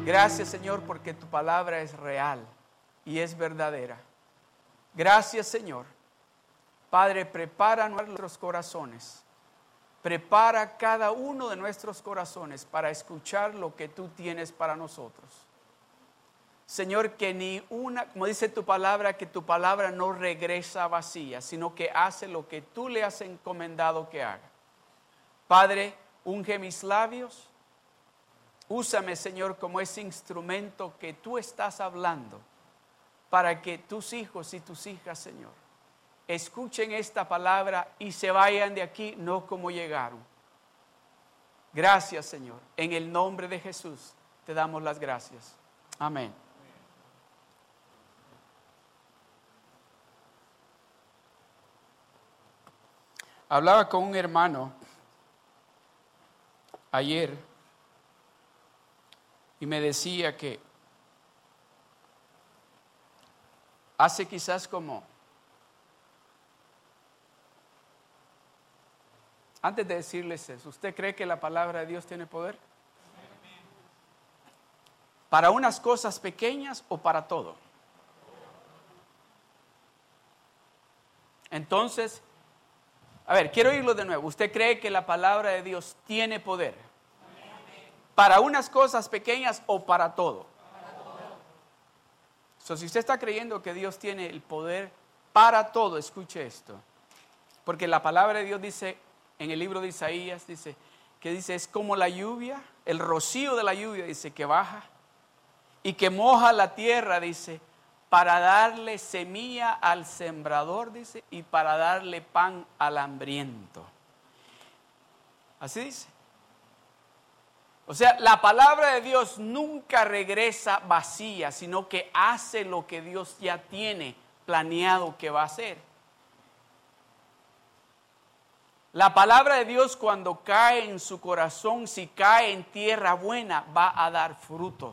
Gracias, Señor, porque tu palabra es real y es verdadera. Gracias, Señor. Padre, prepara nuestros corazones. Prepara cada uno de nuestros corazones para escuchar lo que tú tienes para nosotros. Señor, que ni una, como dice tu palabra, que tu palabra no regresa vacía, sino que hace lo que tú le has encomendado que haga. Padre, unge mis labios. Úsame, Señor, como ese instrumento que tú estás hablando para que tus hijos y tus hijas, Señor, escuchen esta palabra y se vayan de aquí no como llegaron. Gracias, Señor. En el nombre de Jesús te damos las gracias. Amén. Hablaba con un hermano ayer y me decía que hace quizás como, antes de decirles eso, ¿usted cree que la palabra de Dios tiene poder? ¿Para unas cosas pequeñas o para todo? Entonces, a ver, quiero oírlo de nuevo. ¿Usted cree que la palabra de Dios tiene poder? ¿Para unas cosas pequeñas o para todo? So, si usted está creyendo que Dios tiene el poder para todo, escuche esto. Porque la palabra de Dios dice, en el libro de Isaías, dice, es como la lluvia, el rocío de la lluvia, dice, que baja y que moja la tierra, dice, para darle semilla al sembrador, dice, y para darle pan al hambriento. Así dice. O sea, la palabra de Dios nunca regresa vacía, sino que hace lo que Dios ya tiene planeado que va a hacer. La palabra de Dios, cuando cae en su corazón, si cae en tierra buena, va a dar fruto.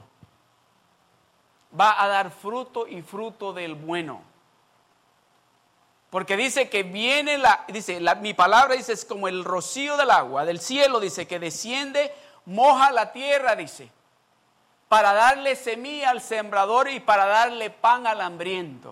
Va a dar fruto y fruto del bueno. Porque dice que viene mi palabra dice es como el rocío del agua del cielo, dice que desciende, moja la tierra, dice, para darle semilla al sembrador y para darle pan al hambriento.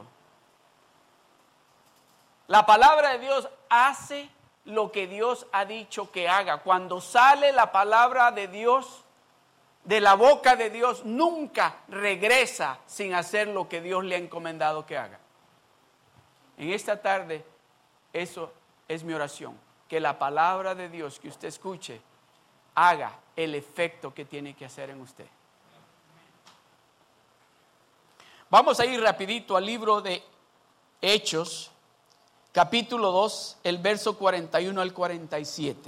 La palabra de Dios hace lo que Dios ha dicho que haga. Cuando sale la palabra de Dios, de la boca de Dios, nunca regresa sin hacer lo que Dios le ha encomendado que haga. En esta tarde, eso es mi oración, que la palabra de Dios que usted escuche haga el efecto que tiene que hacer en usted. Vamos a ir rapidito al libro de Hechos, capítulo 2, el verso 41 al 47.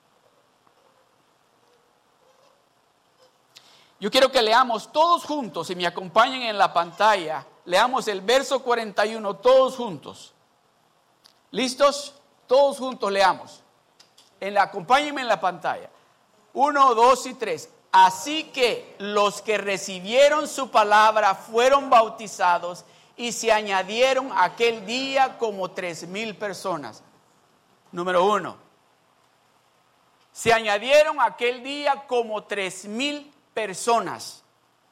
Yo quiero que leamos todos juntos, si me acompañan en la pantalla, leamos el verso 41 todos juntos. ¿Listos? Todos juntos leamos. Acompáñenme en la pantalla. 1, 2 y 3. Así que los que recibieron su palabra fueron bautizados y se añadieron aquel día como 3,000 personas. Número 1. Se añadieron aquel día como 3,000 personas.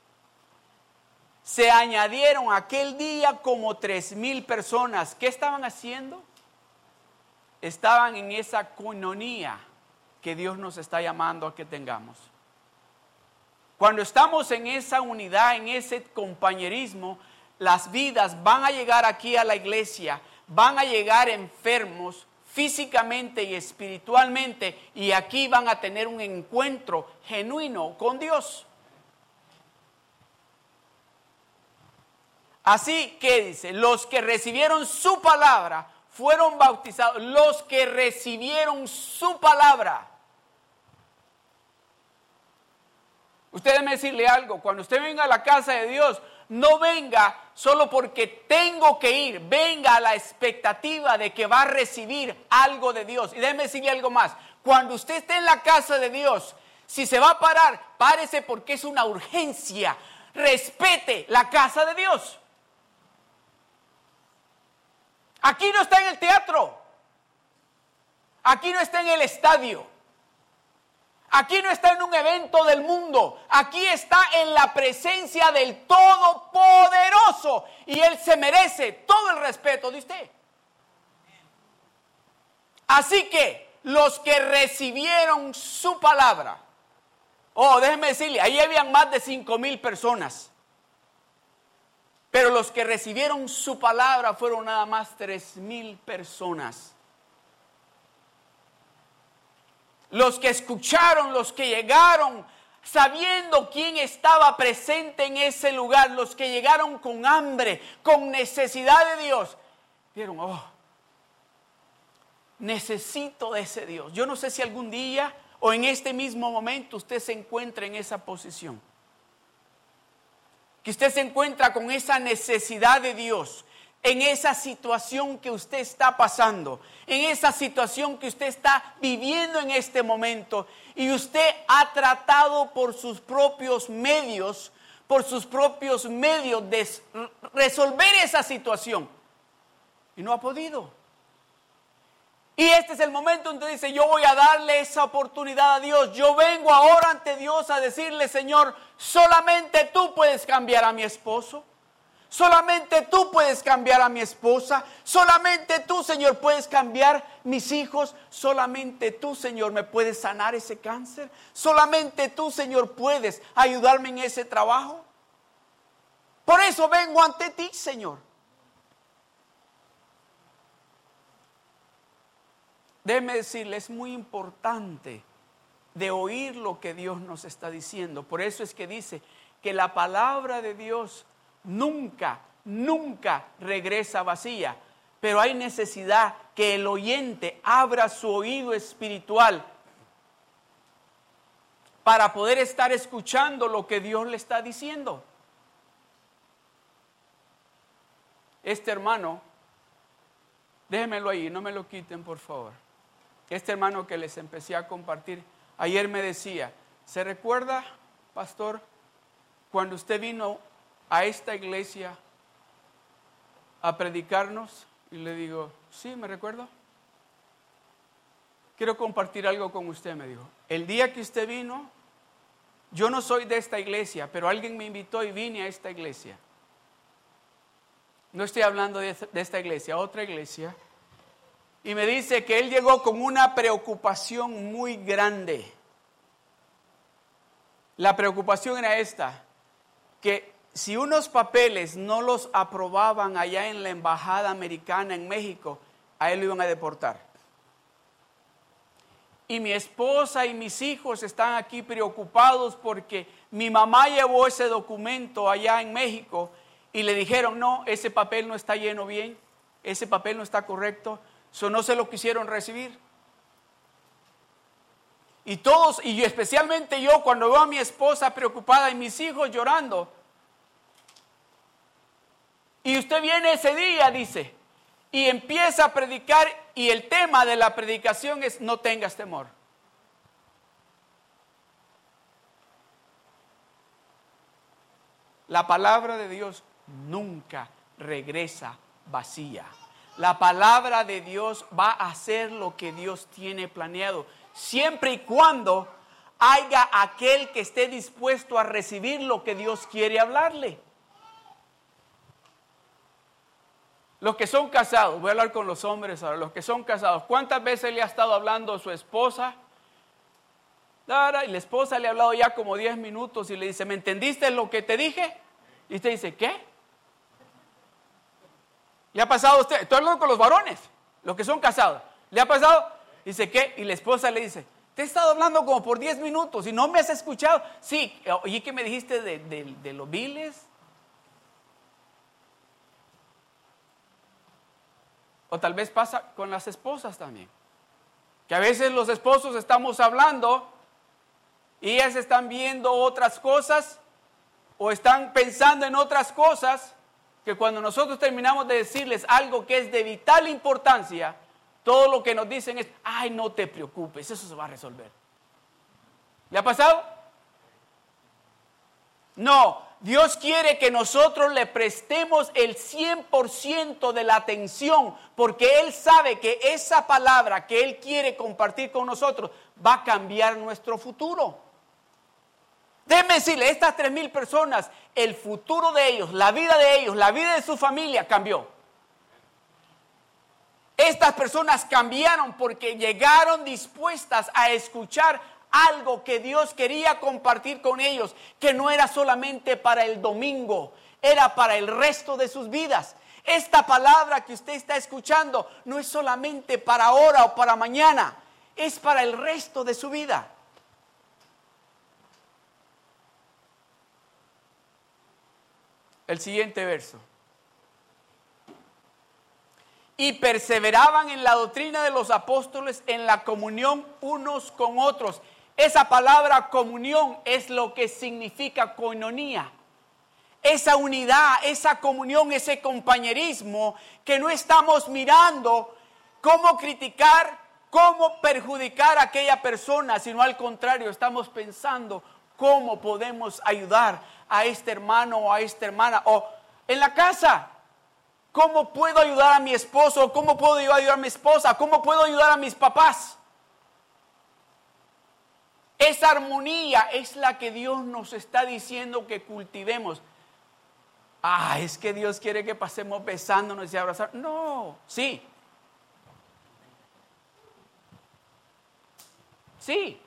Se añadieron aquel día como 3,000 personas. ¿Qué estaban haciendo? Estaban en esa coinonía que Dios nos está llamando a que tengamos. Cuando estamos en esa unidad, en ese compañerismo, las vidas van a llegar aquí a la iglesia, van a llegar enfermos físicamente y espiritualmente, y aquí van a tener un encuentro genuino con Dios. Así que dice, los que recibieron su palabra fueron bautizados. Los que recibieron su palabra. Usted déjeme decirle algo, cuando usted venga a la casa de Dios, no venga solo porque tengo que ir, venga a la expectativa de que va a recibir algo de Dios. Y déjeme decirle algo más, cuando usted esté en la casa de Dios, si se va a parar, párese porque es una urgencia. Respete la casa de Dios. Aquí no está en el teatro, aquí no está en el estadio. Aquí no está en un evento del mundo. Aquí está en la presencia del Todopoderoso. Y Él se merece todo el respeto de usted. Así que los que recibieron su palabra. Déjeme decirle, ahí habían más de 5,000 personas. Pero los que recibieron su palabra fueron nada más 3,000 personas. Los que escucharon, los que llegaron, sabiendo quién estaba presente en ese lugar, los que llegaron con hambre, con necesidad de Dios, vieron, necesito de ese Dios. Yo no sé si algún día o en este mismo momento usted se encuentra en esa posición. Que usted se encuentra con esa necesidad de Dios. En esa situación que usted está pasando, en esa situación que usted está viviendo en este momento, y usted ha tratado por sus propios medios de resolver esa situación, y no ha podido. Y este es el momento donde dice, yo voy a darle esa oportunidad a Dios. Yo vengo ahora ante Dios a decirle, Señor, solamente tú puedes cambiar a mi esposo. Solamente tú puedes cambiar a mi esposa. Solamente tú, Señor, puedes cambiar mis hijos. Solamente tú, Señor, me puedes sanar ese cáncer. Solamente tú, Señor, puedes ayudarme en ese trabajo. Por eso vengo ante ti, Señor. Déjeme decirle, es muy importante de oír lo que Dios nos está diciendo. Por eso es que dice que la palabra de Dios nunca regresa vacía, pero hay necesidad que el oyente abra su oído espiritual para poder estar escuchando lo que Dios le está diciendo. Este hermano, déjenmelo ahí, no me lo quiten por favor. Este hermano que les empecé a compartir, ayer me decía, ¿se recuerda, pastor, cuando usted vino a esta iglesia a predicarnos? Y le digo, sí, me recuerdo. Quiero compartir algo con usted, me dijo. El día que usted vino, yo no soy de esta iglesia, pero alguien me invitó y vine a esta iglesia. No estoy hablando de esta iglesia, otra iglesia. Y me dice que él llegó con una preocupación muy grande. La preocupación era esta, que si unos papeles no los aprobaban allá en la embajada americana en México, a él lo iban a deportar. Y mi esposa y mis hijos están aquí preocupados porque mi mamá llevó ese documento allá en México y le dijeron, no, ese papel no está lleno bien, ese papel no está correcto, eso no se lo quisieron recibir. Y todos, y especialmente yo, cuando veo a mi esposa preocupada y mis hijos llorando, y usted viene ese día, dice, y empieza a predicar, y el tema de la predicación es no tengas temor. La palabra de Dios nunca regresa vacía. La palabra de Dios va a hacer lo que Dios tiene planeado, siempre y cuando haya aquel que esté dispuesto a recibir lo que Dios quiere hablarle. Los que son casados, voy a hablar con los hombres ahora, los que son casados, ¿cuántas veces le ha estado hablando a su esposa? Y la esposa le ha hablado ya como 10 minutos y le dice, ¿me entendiste lo que te dije? Y usted dice, ¿qué? ¿Le ha pasado a usted? Estoy hablando con los varones, los que son casados. ¿Le ha pasado? Dice, ¿qué? Y la esposa le dice, te he estado hablando como por 10 minutos y no me has escuchado. Sí, oye, ¿qué me dijiste de los biles? O tal vez pasa con las esposas también. Que a veces los esposos estamos hablando y ellas están viendo otras cosas o están pensando en otras cosas, que cuando nosotros terminamos de decirles algo que es de vital importancia, todo lo que nos dicen es, ay, no te preocupes, eso se va a resolver. ¿Le ha pasado? No, Dios quiere que nosotros le prestemos el 100% de la atención, porque Él sabe que esa palabra que Él quiere compartir con nosotros va a cambiar nuestro futuro. Déjeme decirle, estas 3,000 personas, el futuro de ellos, la vida de su familia cambió. Estas personas cambiaron porque llegaron dispuestas a escuchar algo que Dios quería compartir con ellos, que no era solamente para el domingo, era para el resto de sus vidas. Esta palabra que usted está escuchando no es solamente para ahora o para mañana, es para el resto de su vida. El siguiente verso. Y perseveraban en la doctrina de los apóstoles, en la comunión unos con otros. Esa palabra comunión es lo que significa koinonía. Esa unidad, esa comunión, ese compañerismo que no estamos mirando cómo criticar, cómo perjudicar a aquella persona, sino al contrario, estamos pensando cómo podemos ayudar a este hermano o a esta hermana, o en la casa. ¿Cómo puedo ayudar a mi esposo? ¿Cómo puedo ayudar a mi esposa? ¿Cómo puedo ayudar a mis papás? Esa armonía es la que Dios nos está diciendo que cultivemos. Es que Dios quiere que pasemos besándonos y abrazándonos. No, sí. Sí.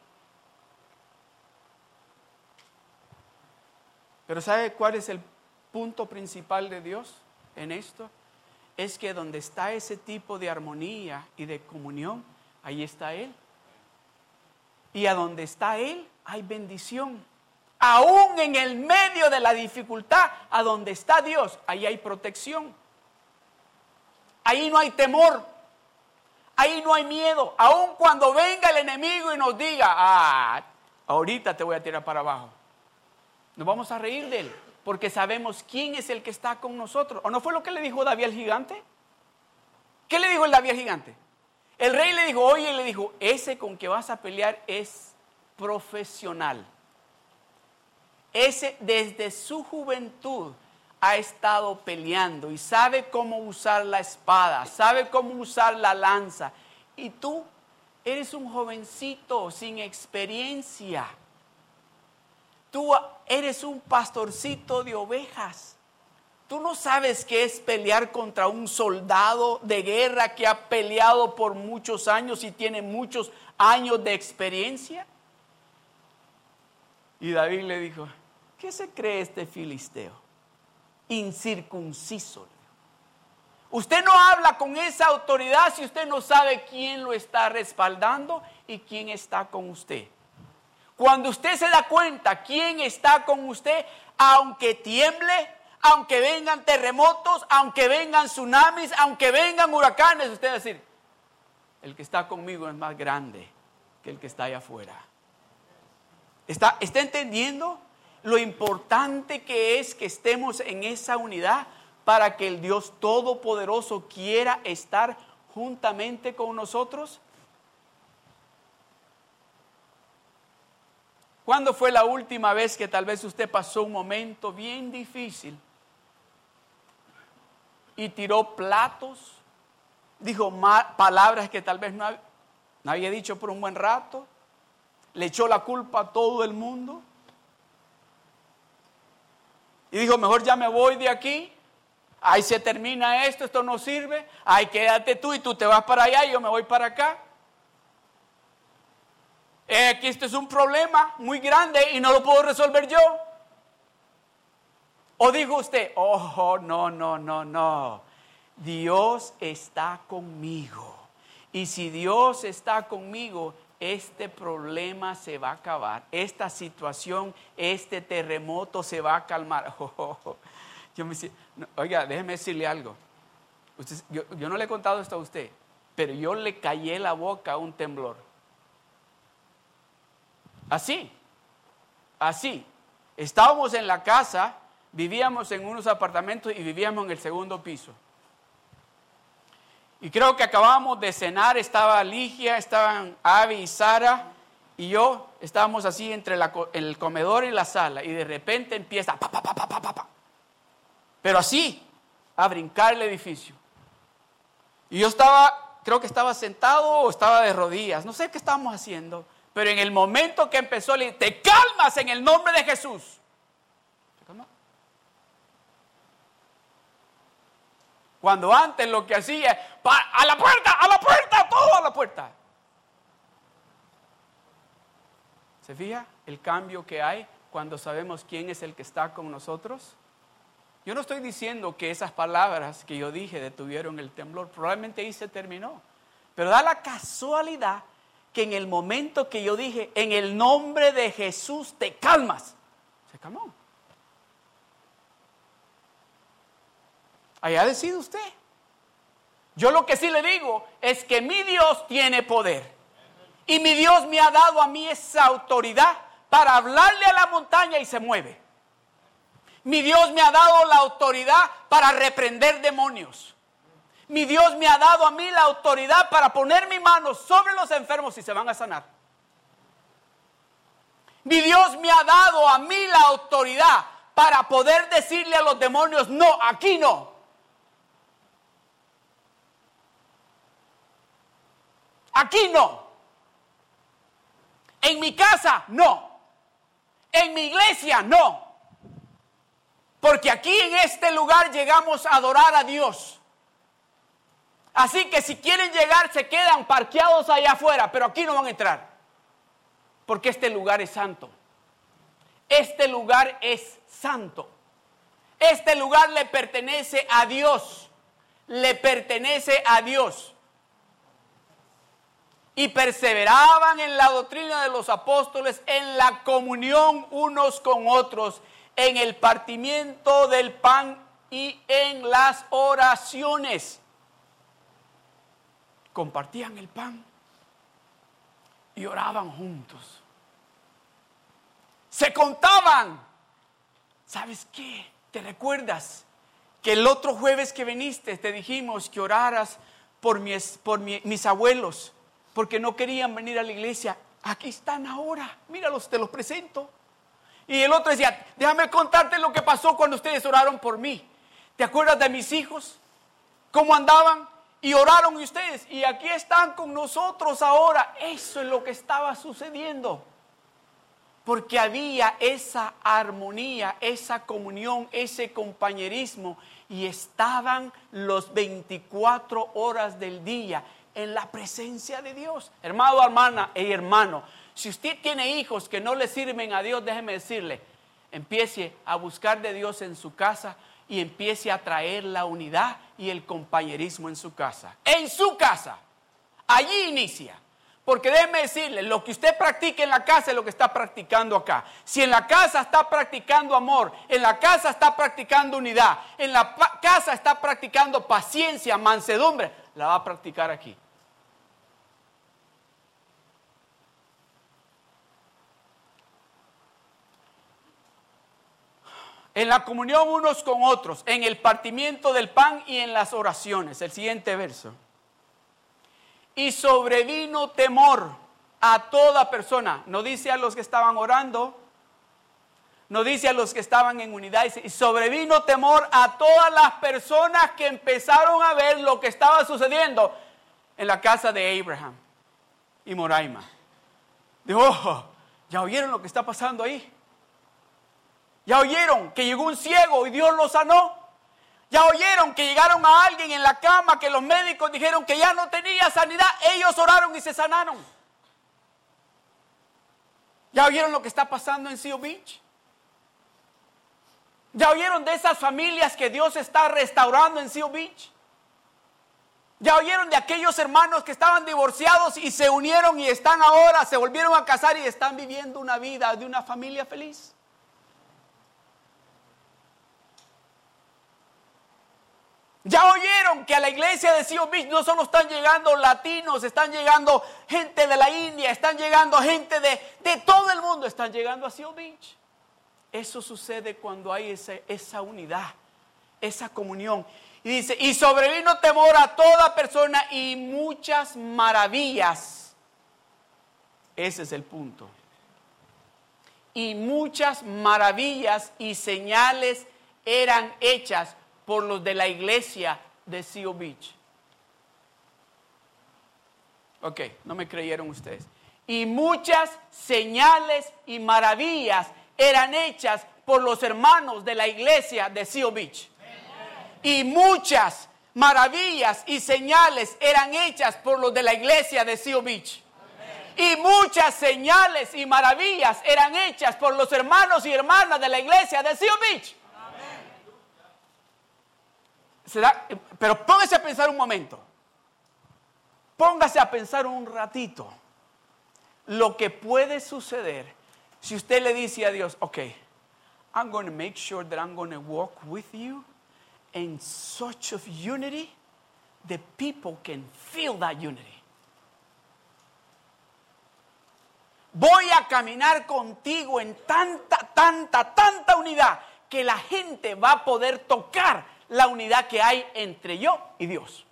Pero ¿sabe cuál es el punto principal de Dios en esto? Es que donde está ese tipo de armonía y de comunión, ahí está Él. Y a donde está Él hay bendición. Aún en el medio de la dificultad, a donde está Dios, ahí hay protección. Ahí no hay temor. Ahí no hay miedo. Aún cuando venga el enemigo y nos diga, ahorita te voy a tirar para abajo, nos vamos a reír de él, porque sabemos quién es el que está con nosotros. ¿O no fue lo que le dijo David al gigante? ¿Qué le dijo el David al gigante? El rey le dijo, ese con que vas a pelear es profesional. Ese desde su juventud ha estado peleando y sabe cómo usar la espada, sabe cómo usar la lanza. Y tú eres un jovencito sin experiencia. Tú eres un pastorcito de ovejas. Tú no sabes qué es pelear contra un soldado de guerra que ha peleado por muchos años y tiene muchos años de experiencia. Y David le dijo, ¿qué se cree este filisteo? Incircunciso. Usted no habla con esa autoridad si usted no sabe quién lo está respaldando y quién está con usted. Cuando usted se da cuenta quién está con usted, aunque tiemble, aunque vengan terremotos, aunque vengan tsunamis, aunque vengan huracanes, usted va a decir, el que está conmigo es más grande que el que está allá afuera. ¿Está entendiendo lo importante que es que estemos en esa unidad para que el Dios Todopoderoso quiera estar juntamente con nosotros? ¿Cuándo fue la última vez que tal vez usted pasó un momento bien difícil y tiró platos, dijo palabras que tal vez no había dicho por un buen rato, le echó la culpa a todo el mundo y dijo, mejor ya me voy de aquí, ahí se termina esto no sirve, ahí quédate tú y tú te vas para allá y yo me voy para acá? Que esto es un problema muy grande y no lo puedo resolver yo. O dijo usted, no, Dios está conmigo. Y si Dios está conmigo, este problema se va a acabar. Esta situación, este terremoto se va a calmar. Oiga, déjeme decirle algo. Yo no le he contado esto a usted, pero yo le callé la boca a un temblor. Así. Estábamos en la casa, vivíamos en unos apartamentos y vivíamos en el segundo piso. Y creo que acabábamos de cenar, estaba Ligia, estaban Abby y Sara y yo, estábamos así entre el comedor y la sala y de repente empieza pa. Pero así, a brincar el edificio. Y yo creo que estaba sentado o estaba de rodillas, no sé qué estábamos haciendo. Pero en el momento que empezó, le dije, te calmas en el nombre de Jesús. Se calmó. Cuando antes lo que hacía, a la puerta, todo a la puerta. ¿Se fija el cambio que hay cuando sabemos quién es el que está con nosotros? Yo no estoy diciendo que esas palabras que yo dije detuvieron el temblor, probablemente ahí se terminó. Pero da la casualidad que en el momento que yo dije, en el nombre de Jesús te calmas, se calmó. Allá decide usted. Yo lo que sí le digo es que mi Dios tiene poder. Y mi Dios me ha dado a mí esa autoridad para hablarle a la montaña y se mueve. Mi Dios me ha dado la autoridad para reprender demonios. Mi Dios me ha dado a mí la autoridad para poner mi mano sobre los enfermos y se van a sanar. Mi Dios me ha dado a mí la autoridad para poder decirle a los demonios, no, aquí no. Aquí no. En mi casa, no. En mi iglesia, no. Porque aquí en este lugar llegamos a adorar a Dios. Así que si quieren llegar, se quedan parqueados allá afuera, pero aquí no van a entrar. Porque este lugar es santo. Este lugar es santo. Este lugar le pertenece a Dios. Le pertenece a Dios. Y perseveraban en la doctrina de los apóstoles, en la comunión unos con otros, en el partimiento del pan y en las oraciones. Compartían el pan y oraban juntos. Se contaban. ¿Sabes qué? ¿Te recuerdas que el otro jueves que viniste te dijimos que oraras por mis abuelos? Porque no querían venir a la iglesia. Aquí están ahora. Míralos, te los presento. Y el otro decía, déjame contarte lo que pasó cuando ustedes oraron por mí. ¿Te acuerdas de mis hijos? ¿Cómo andaban? Y oraron ustedes. Y aquí están con nosotros ahora. Eso es lo que estaba sucediendo. Porque había esa armonía, esa comunión, ese compañerismo. Y estaban los 24 horas del día en la presencia de Dios. Hermano, hermana y hermano, si usted tiene hijos que no le sirven a Dios, déjeme decirle, empiece a buscar de Dios en su casa y empiece a traer la unidad y el compañerismo en su casa. En su casa. Allí inicia. Porque déjeme decirle, lo que usted practica en la casa es lo que está practicando acá. Si en la casa está practicando amor, en la casa está practicando unidad, en la casa está practicando paciencia, mansedumbre, la va a practicar aquí. En la comunión unos con otros, en el partimiento del pan y en las oraciones. El siguiente verso. Y sobrevino temor a toda persona. No dice a los que estaban orando, no dice a los que estaban en unidad. Dice, y sobrevino temor a todas las personas que empezaron a ver lo que estaba sucediendo en la casa de Abraham y Moraima. Dijo, oh, ¿ya oyeron lo que está pasando ahí? ¿Ya oyeron que llegó un ciego y Dios lo sanó? ¿Ya oyeron que llegaron a alguien en la cama que los médicos dijeron que ya no tenía sanidad? Ellos oraron y se sanaron. ¿Ya oyeron lo que está pasando en Seal Beach? ¿Ya oyeron de esas familias que Dios está restaurando en Seal Beach? ¿Ya oyeron de aquellos hermanos que estaban divorciados y se unieron y están ahora, se volvieron a casar y están viviendo una vida de una familia feliz? ¿Ya oyeron que a la iglesia de Seal Beach no solo están llegando latinos, están llegando gente de la India, están llegando gente de todo el mundo, están llegando a Seal Beach? Eso sucede cuando hay esa unidad, esa comunión. Y dice, y sobrevino temor a toda persona y muchas maravillas. Ese es el punto. Y muchas maravillas y señales eran hechas por los de la iglesia de Seal Beach. Ok, no me creyeron ustedes. y muchas señales y maravillas eran hechas por los hermanos de la iglesia de Seal Beach. Y muchas maravillas y señales eran hechas por los de la iglesia de Seal Beach. Y muchas señales y maravillas eran hechas por los hermanos y hermanas de la iglesia de Seal Beach. Pero póngase a pensar un momento. Póngase a pensar un ratito lo que puede suceder si usted le dice a Dios, okay, I'm going to make sure that I'm going to walk with you in such of unity that people can feel that unity. Voy a caminar contigo en tanta unidad que la gente va a poder tocar la unidad que hay entre yo y Dios.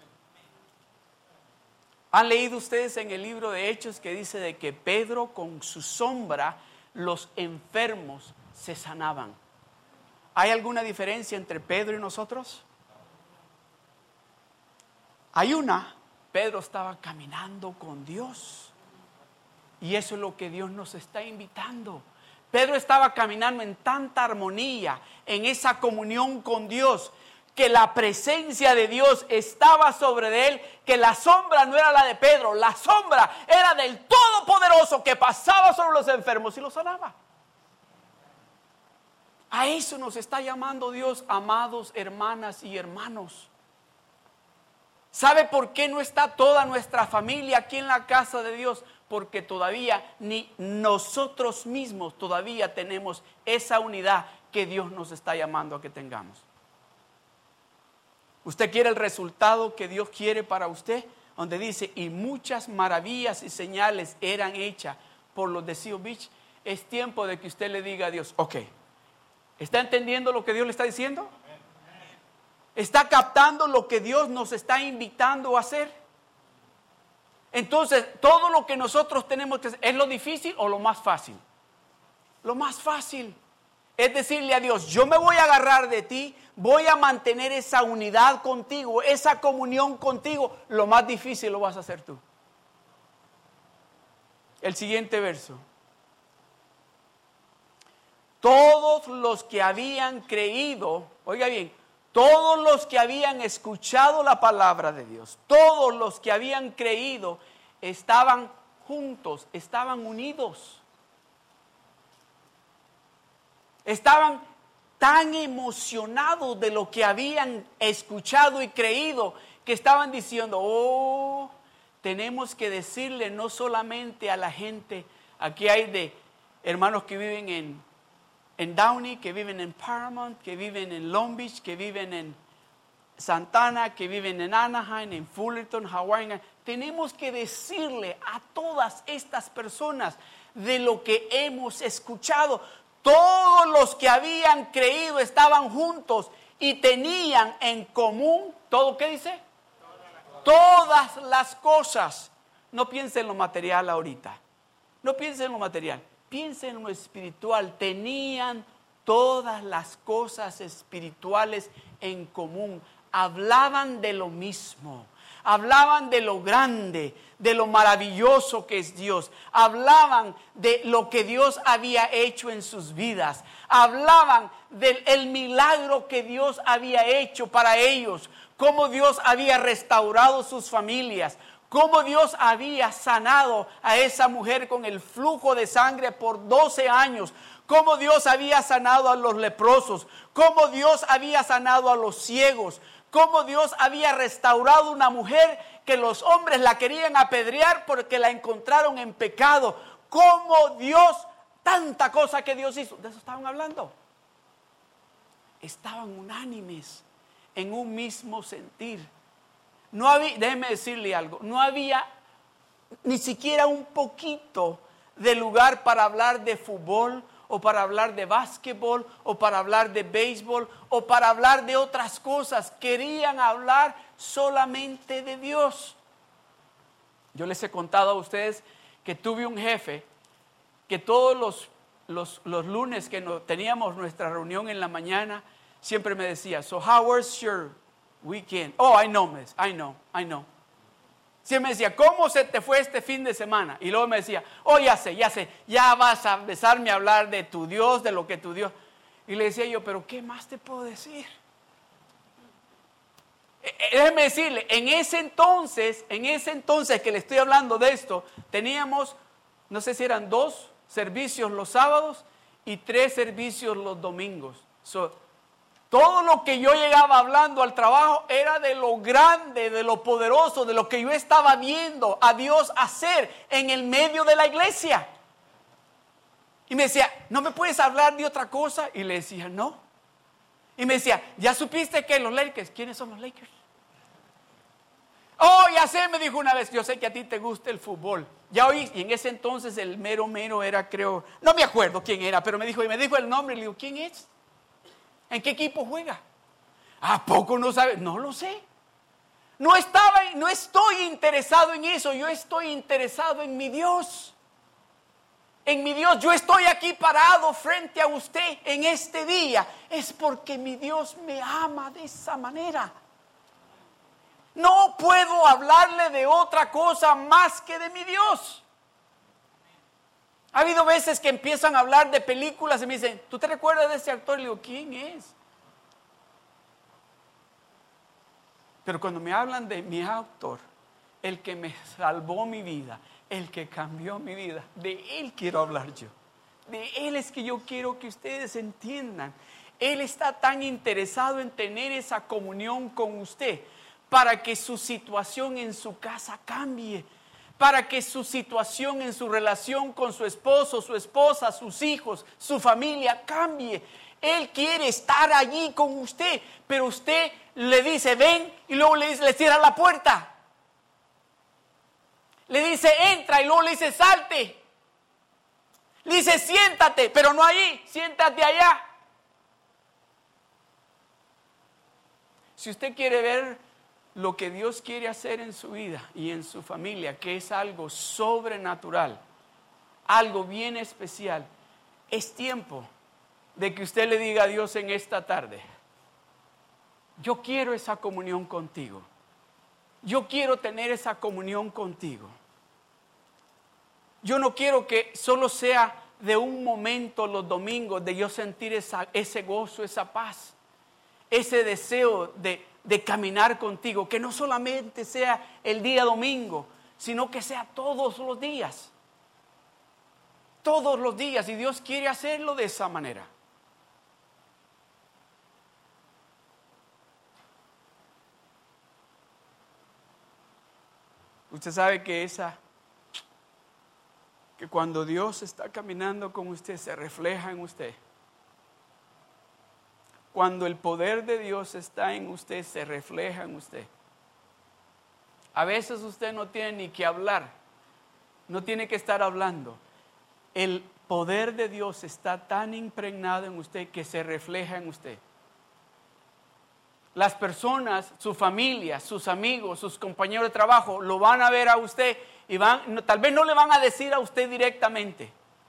¿Han leído ustedes en el libro de Hechos que dice de que Pedro con su sombra los enfermos se sanaban? ¿Hay alguna diferencia entre Pedro y nosotros? Hay una. Pedro estaba caminando con Dios. Y eso es lo que Dios nos está invitando. Pedro estaba caminando en tanta armonía, en esa comunión con Dios, que la presencia de Dios estaba sobre él, que la sombra no era la de Pedro, la sombra era del Todopoderoso que pasaba sobre los enfermos y los sanaba. A eso nos está llamando Dios, amados hermanas y hermanos. ¿Sabe por qué no está toda nuestra familia aquí en la casa de Dios? Porque todavía ni nosotros mismos todavía tenemos esa unidad que Dios nos está llamando a que tengamos. ¿Usted quiere el resultado que Dios quiere para usted? Donde dice, y muchas maravillas y señales eran hechas por los de Seal Beach. Es tiempo de que usted le diga a Dios, ok, ¿está entendiendo lo que Dios le está diciendo? ¿Está captando lo que Dios nos está invitando a hacer? Entonces, todo lo que nosotros tenemos que hacer, ¿es lo difícil o lo más fácil? Lo más fácil es decirle a Dios, yo me voy a agarrar de ti, voy a mantener esa unidad contigo, esa comunión contigo. Lo más difícil lo vas a hacer tú. El siguiente verso. Todos los que habían creído, oiga bien, todos los que habían escuchado la palabra de Dios, todos los que habían creído, estaban juntos, estaban unidos. Estaban tan emocionados de lo que habían escuchado y creído, que estaban diciendo, oh, tenemos que decirle no solamente a la gente, aquí hay de hermanos que viven en Downey, que viven en Paramount, que viven en Long Beach, que viven en Santana, que viven en Anaheim, en Fullerton, Hawaii. Tenemos que decirle a todas estas personas de lo que hemos escuchado. Todos los que habían creído estaban juntos y tenían en común, ¿todo qué dice? Todas las cosas. No piense en lo material ahorita. No piense en lo material. Piensa en lo espiritual. Tenían todas las cosas espirituales en común. Hablaban de lo mismo. Hablaban de lo grande, de lo maravilloso que es Dios. Hablaban de lo que Dios había hecho en sus vidas. Hablaban del milagro que Dios había hecho para ellos. Cómo Dios había restaurado sus familias. Cómo Dios había sanado a esa mujer con el flujo de sangre por 12 años. Cómo Dios había sanado a los leprosos. Cómo Dios había sanado a los ciegos. Cómo Dios había restaurado una mujer que los hombres la querían apedrear porque la encontraron en pecado. Cómo Dios, tanta cosa que Dios hizo. De eso estaban hablando. Estaban unánimes en un mismo sentir. No había, déjeme decirle algo, no había ni siquiera un poquito de lugar para hablar de fútbol o para hablar de básquetbol o para hablar de béisbol o para hablar de otras cosas. Querían hablar solamente de Dios. Yo les he contado a ustedes que tuve un jefe que todos los lunes que teníamos nuestra reunión en la mañana, siempre me decía, so how was your weekend? Oh, I know, miss. I know. Siempre me decía, ¿cómo se te fue este fin de semana? Y luego me decía, oh, ya sé, ya vas a empezarme a hablar de tu Dios, de lo que tu Dios. Y le decía yo, pero ¿qué más te puedo decir? Déjeme decirle, en ese entonces que le estoy hablando de esto, teníamos, no sé si eran 2 servicios los sábados y 3 servicios los domingos. Todo lo que yo llegaba hablando al trabajo era de lo grande, de lo poderoso, de lo que yo estaba viendo a Dios hacer en el medio de la iglesia. Y me decía, ¿no me puedes hablar de otra cosa? Y le decía, no. Y me decía, ¿ya supiste que los Lakers? ¿Quiénes son los Lakers? Oh, ya sé, me dijo una vez, yo sé que a ti te gusta el fútbol. Ya oí, y en ese entonces el mero era, creo, no me acuerdo quién era, pero me dijo el nombre y le digo, ¿quién es? ¿En qué equipo juega? ¿A poco no sabe? No lo sé. No estoy interesado en eso, yo estoy interesado en mi Dios. En mi Dios, yo estoy aquí parado frente a usted en este día. Es porque mi Dios me ama de esa manera. No puedo hablarle de otra cosa más que de mi Dios. Ha habido veces que empiezan a hablar de películas y me dicen, ¿tú te recuerdas de ese actor? Y le digo, ¿quién es? Pero cuando me hablan de mi autor, el que me salvó mi vida, el que cambió mi vida, de Él quiero hablar yo. De Él es que yo quiero que ustedes entiendan. Él está tan interesado en tener esa comunión con usted para que su situación en su casa cambie, para que su situación en su relación con su esposo, su esposa, sus hijos, su familia cambie. Él quiere estar allí con usted, pero usted le dice ven y luego le cierra la puerta. Le dice entra y luego le dice salte. Le dice siéntate, pero no allí, siéntate allá. Si usted quiere ver lo que Dios quiere hacer en su vida y en su familia, que es algo sobrenatural, algo bien especial, es tiempo de que usted le diga a Dios en esta tarde, yo quiero esa comunión contigo. Yo quiero tener esa comunión contigo. Yo no quiero que solo sea de un momento los domingos, de yo sentir ese gozo, esa paz, ese deseo de caminar contigo, que no solamente sea el día domingo, sino que sea todos los días. Todos los días, y Dios quiere hacerlo de esa manera. Usted sabe que cuando Dios está caminando con usted, se refleja en usted. Cuando el poder de Dios está en usted, se refleja en usted. A veces usted no tiene ni que hablar, no tiene que estar hablando. El poder de Dios está tan impregnado en usted que se refleja en usted. Las personas, su familia, sus amigos, sus compañeros de trabajo, lo van a ver a usted y tal vez no le van a decir a usted directamente,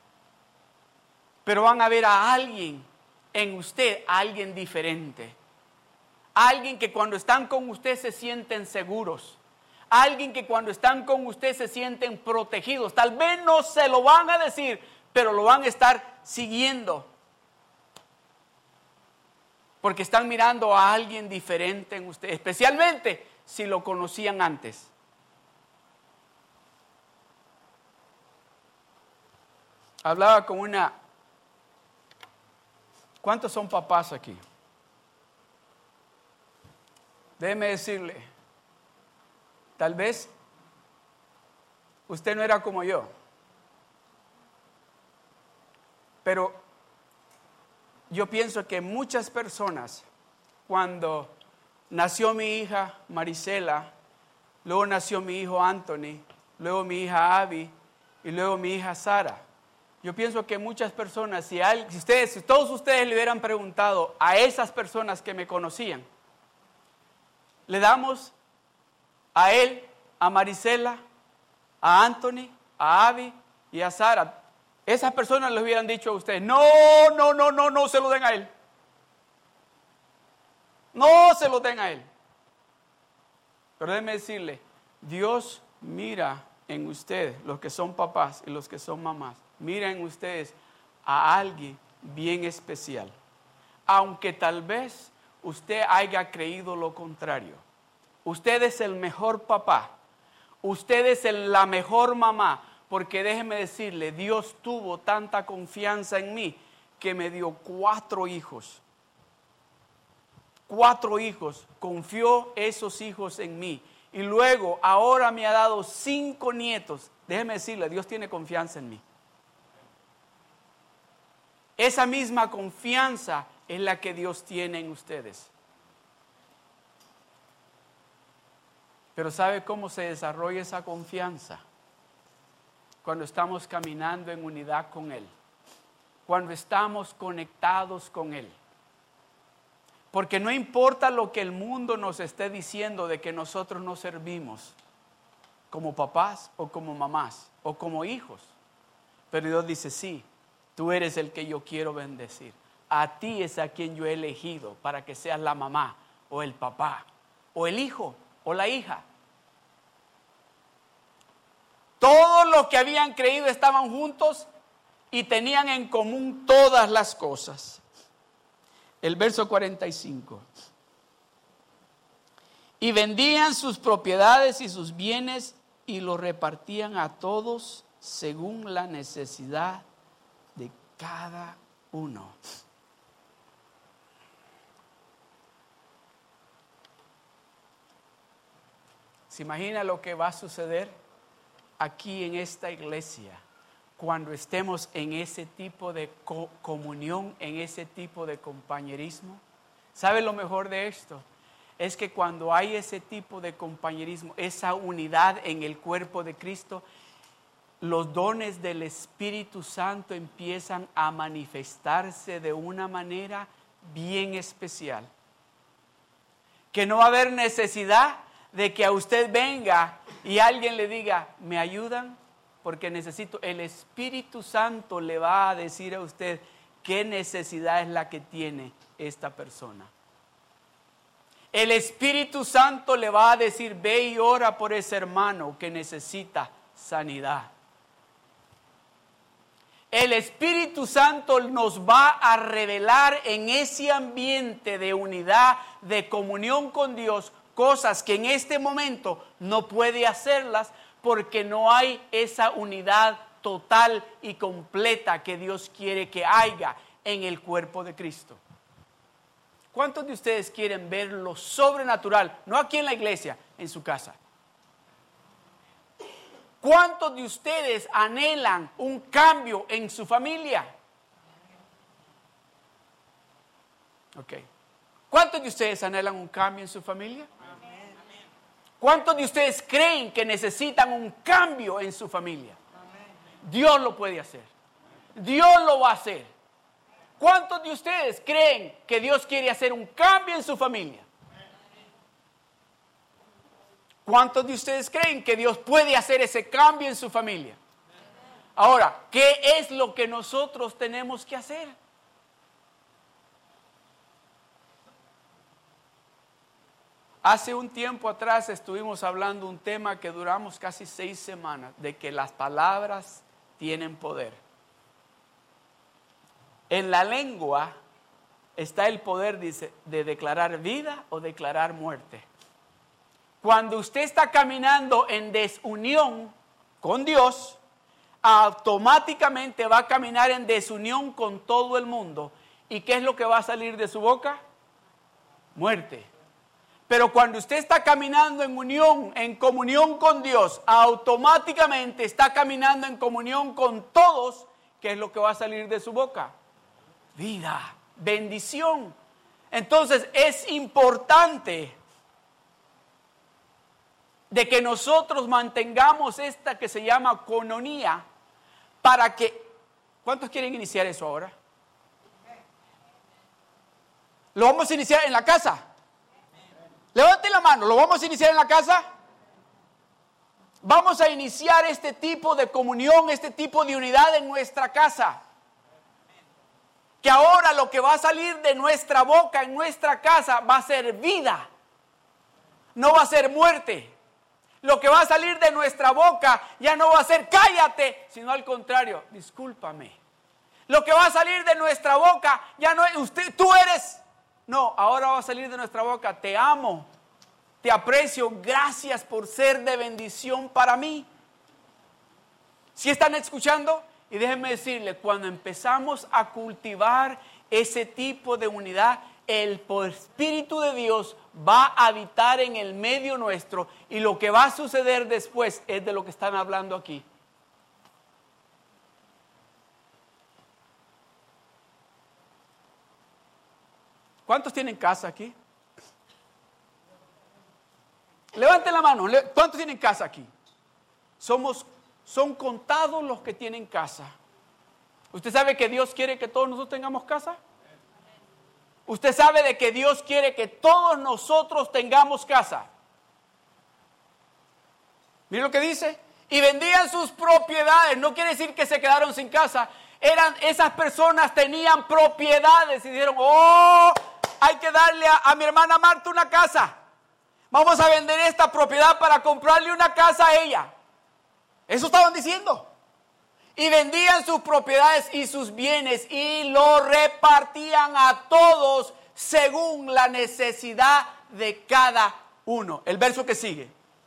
pero van a ver a alguien en usted, a alguien diferente. Alguien que cuando están con usted se sienten seguros. Alguien que cuando están con usted se sienten protegidos. Tal vez no se lo van a decir, pero lo van a estar siguiendo. Porque están mirando a alguien diferente en usted, especialmente si lo conocían antes. Hablaba con una... ¿Cuántos son papás aquí? Déjeme decirle, tal vez usted no era como yo, pero yo pienso que muchas personas, cuando nació mi hija Marisela, luego nació mi hijo Anthony, luego mi hija Abby y luego mi hija Sara, yo pienso que muchas personas, si todos ustedes le hubieran preguntado a esas personas que me conocían, le damos a él, a Marisela, a Anthony, a Abby y a Sara. Esas personas les hubieran dicho a ustedes, no se lo den a él. No se lo den a él. Pero déjeme decirle, Dios mira en ustedes, los que son papás y los que son mamás, mira en ustedes a alguien bien especial. Aunque tal vez usted haya creído lo contrario. Usted es el mejor papá. Usted es la mejor mamá. Porque déjeme decirle, Dios tuvo tanta confianza en mí que me dio 4 hijos. 4 hijos. Confió esos hijos en mí. Y luego, ahora me ha dado 5 nietos. Déjeme decirle, Dios tiene confianza en mí. Esa misma confianza es la que Dios tiene en ustedes. Pero ¿sabe cómo se desarrolla esa confianza? Cuando estamos caminando en unidad con Él. Cuando estamos conectados con Él. Porque no importa lo que el mundo nos esté diciendo de que nosotros no servimos como papás o como mamás o como hijos. Pero Dios dice, sí, tú eres el que yo quiero bendecir. A ti es a quien yo he elegido para que seas la mamá o el papá o el hijo o la hija. Todos los que habían creído estaban juntos y tenían en común todas las cosas. El verso 45. Y vendían sus propiedades y sus bienes y los repartían a todos según la necesidad de cada uno. ¿Se imagina lo que va a suceder aquí en esta iglesia cuando estemos en ese tipo de comunión, en ese tipo de compañerismo? ¿Sabe lo mejor de esto? Es que cuando hay ese tipo de compañerismo, esa unidad en el cuerpo de Cristo, los dones del Espíritu Santo empiezan a manifestarse de una manera bien especial. Que no va a haber necesidad de que a usted venga y alguien le diga, ¿me ayudan? Porque necesito. El Espíritu Santo le va a decir a usted qué necesidad es la que tiene esta persona. El Espíritu Santo le va a decir, ve y ora por ese hermano que necesita sanidad. El Espíritu Santo nos va a revelar en ese ambiente de unidad, de comunión con Dios, cosas que en este momento no puede hacerlas porque no hay esa unidad total y completa que Dios quiere que haya en el cuerpo de Cristo. ¿Cuántos de ustedes quieren ver lo sobrenatural? No aquí en la iglesia, en su casa. ¿Cuántos de ustedes anhelan un cambio en su familia? Ok. ¿Cuántos de ustedes anhelan un cambio en su familia? ¿Cuántos de ustedes creen que necesitan un cambio en su familia? Dios lo puede hacer. Dios lo va a hacer. ¿Cuántos de ustedes creen que Dios quiere hacer un cambio en su familia? ¿Cuántos de ustedes creen que Dios puede hacer ese cambio en su familia? Ahora, ¿qué es lo que nosotros tenemos que hacer? Hace un tiempo atrás estuvimos hablando un tema que duramos casi 6 semanas, de que las palabras tienen poder. En la lengua está el poder, dice, de declarar vida o declarar muerte. Cuando usted está caminando en desunión con Dios, automáticamente va a caminar en desunión con todo el mundo. ¿Y qué es lo que va a salir de su boca? Muerte. Pero cuando usted está caminando en unión, en comunión con Dios, automáticamente está caminando en comunión con todos. ¿Qué es lo que va a salir de su boca? Vida, bendición. Entonces es importante de que nosotros mantengamos esta que se llama coinonía para que... ¿Cuántos quieren iniciar eso ahora? Lo vamos a iniciar en la casa. Levante la mano, ¿lo vamos a iniciar en la casa? Vamos a iniciar este tipo de comunión, este tipo de unidad en nuestra casa. Que ahora lo que va a salir de nuestra boca en nuestra casa va a ser vida. No va a ser muerte. Lo que va a salir de nuestra boca ya no va a ser cállate, sino al contrario, discúlpame. Lo que va a salir de nuestra boca ya no es usted, tú eres. No, ahora va a salir de nuestra boca, te amo, te aprecio, gracias por ser de bendición para mí. ¿Sí están escuchando? Y déjenme decirle, cuando empezamos a cultivar ese tipo de unidad, el Espíritu de Dios va a habitar en el medio nuestro y lo que va a suceder después es de lo que están hablando aquí. ¿Cuántos tienen casa aquí? Levanten la mano. ¿Cuántos tienen casa aquí? Son contados los que tienen casa. ¿Usted sabe que Dios quiere que todos nosotros tengamos casa? Usted sabe de que Dios quiere que todos nosotros tengamos casa. Mire lo que dice. Y vendían sus propiedades. No quiere decir que se quedaron sin casa. Esas personas tenían propiedades y dijeron, oh, hay que darle a mi hermana Marta una casa. Vamos a vender esta propiedad para comprarle una casa a ella. Eso estaban diciendo. Y vendían sus propiedades y sus bienes y lo repartían a todos según la necesidad de cada uno. El verso que sigue.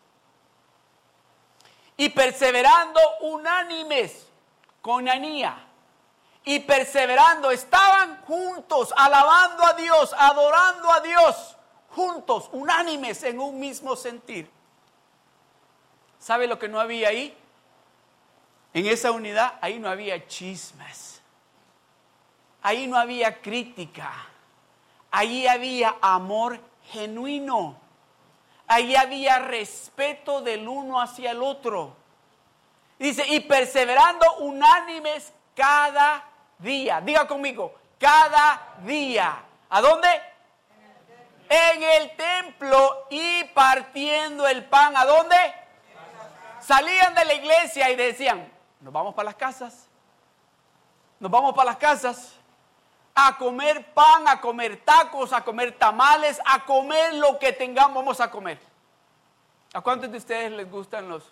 Y perseverando unánimes con Anía. Y perseverando, estaban juntos, alabando a Dios, adorando a Dios, juntos, unánimes en un mismo sentir. ¿Sabe lo que no había ahí? En esa unidad, ahí no había chismes, ahí no había crítica, ahí había amor genuino, ahí había respeto del uno hacia el otro. Dice, y perseverando unánimes cada día. Diga conmigo, cada día. ¿A dónde? En el templo y partiendo el pan. ¿A dónde? Salían de la iglesia y decían, nos vamos para las casas. Nos vamos para las casas a comer pan, a comer tacos, a comer tamales, a comer lo que tengamos, vamos a comer. ¿A cuántos de ustedes les gustan los?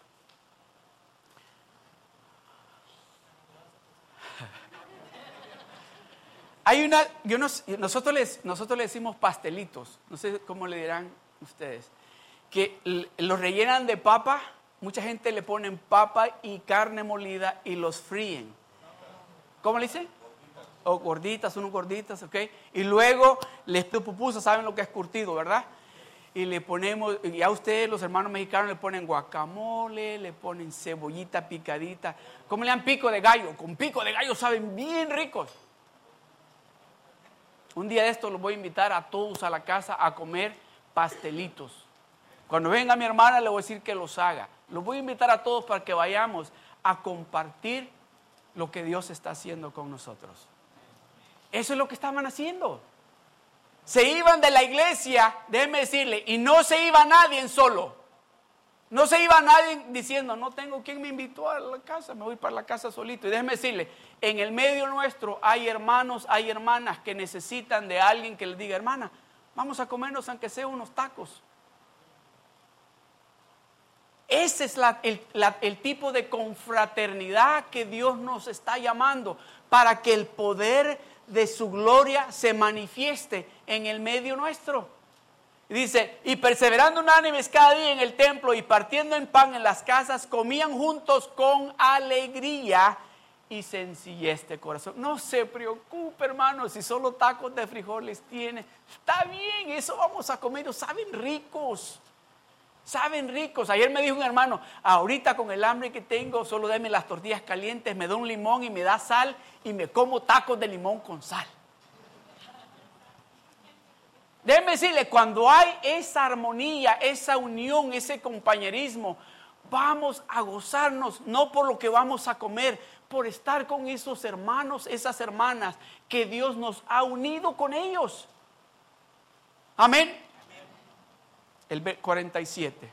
Hay una, nosotros le decimos pastelitos, no sé cómo le dirán ustedes, que los rellenan de papa, mucha gente le ponen papa y carne molida y los fríen. ¿Cómo le dicen? O gorditas, unos gorditas, ¿ok? Y luego les pupusas, saben lo que es curtido, ¿verdad? Y le ponemos, y a ustedes los hermanos mexicanos le ponen guacamole, le ponen cebollita picadita. ¿Cómo le dan pico de gallo? Con pico de gallo saben bien ricos. Un día de esto los voy a invitar a todos a la casa a comer pastelitos. Cuando venga mi hermana le voy a decir que los haga. Los voy a invitar a todos para que vayamos a compartir lo que Dios está haciendo con nosotros. Eso es lo que estaban haciendo. Se iban de la iglesia, déjeme decirle, y no se iba nadie solo. No se iba nadie diciendo, no tengo quien me invitó a la casa, me voy para la casa solito. Y déjeme decirle, en el medio nuestro hay hermanos, hay hermanas que necesitan de alguien que les diga, hermana, vamos a comernos aunque sea unos tacos. Ese es el tipo de confraternidad que Dios nos está llamando para que el poder de su gloria se manifieste en el medio nuestro. Dice, y perseverando unánimes cada día en el templo y partiendo en pan en las casas, comían juntos con alegría y sencillez de corazón. No se preocupe, hermano, si solo tacos de frijoles tiene. Está bien, eso vamos a comer, saben ricos. Saben ricos. Ayer me dijo un hermano, ahorita con el hambre que tengo, solo deme las tortillas calientes, me da un limón y me da sal y me como tacos de limón con sal. Déjenme decirle, cuando hay esa armonía, esa unión, ese compañerismo, vamos a gozarnos, no por lo que vamos a comer, por estar con esos hermanos, esas hermanas, que Dios nos ha unido con ellos. Amén. El 47.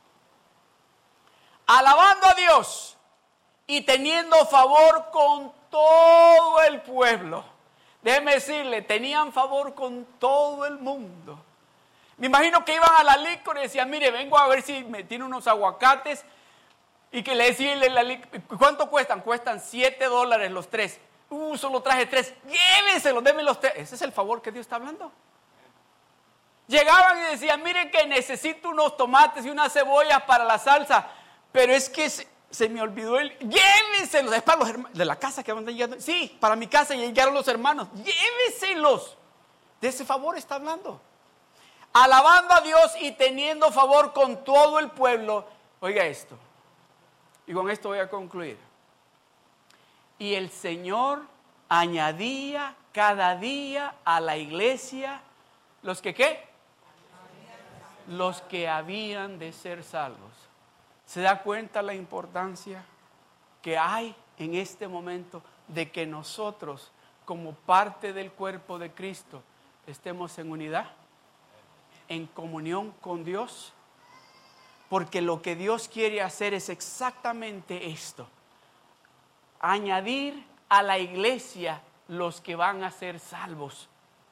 Alabando a Dios y teniendo favor con todo el pueblo. Déjeme decirle, tenían favor con todo el mundo. Me imagino que iban a la licor y decían, mire, vengo a ver si me tiene unos aguacates. Y que le decían, ¿cuánto cuestan? Cuestan $7 los 3. Solo traje 3. Llévenselos, déme los 3. Ese es el favor que Dios está hablando. Llegaban y decían, miren que necesito unos tomates y unas cebollas para la salsa. Pero es que se me olvidó llévenselos. Es para los hermanos de la casa que van llegando. Sí, para mi casa y llegaron los hermanos. Llévenselos. De ese favor está hablando. Alabando a Dios y teniendo favor con todo el pueblo. Oiga esto. Y con esto voy a concluir. Y el Señor añadía cada día a la iglesia los que ¿qué? Los que habían de ser salvos. ¿Se da cuenta la importancia que hay en este momento de que nosotros, como parte del cuerpo de Cristo, estemos en unidad, en comunión con Dios? Porque lo que Dios quiere hacer es exactamente esto: añadir a la iglesia los que van a ser salvos.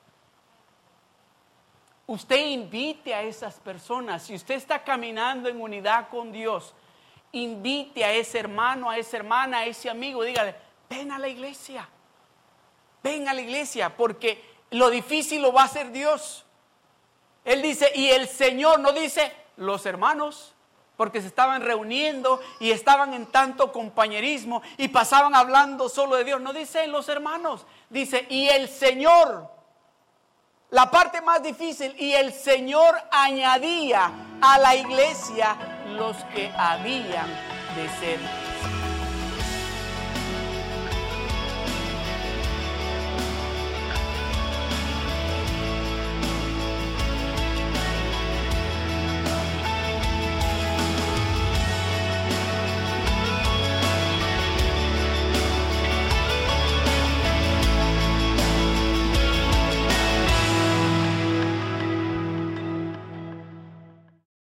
Usted invite a esas personas. Si usted está caminando en unidad con Dios, invite a ese hermano, a esa hermana, a ese amigo. Dígale, ven a la iglesia. Ven a la iglesia, porque lo difícil lo va a hacer Dios. Él dice, y el Señor, no dice los hermanos, porque se estaban reuniendo y estaban en tanto compañerismo y pasaban hablando solo de Dios. No dice los hermanos, dice, y el Señor. La parte más difícil, y el Señor añadía a la iglesia los que habían de ser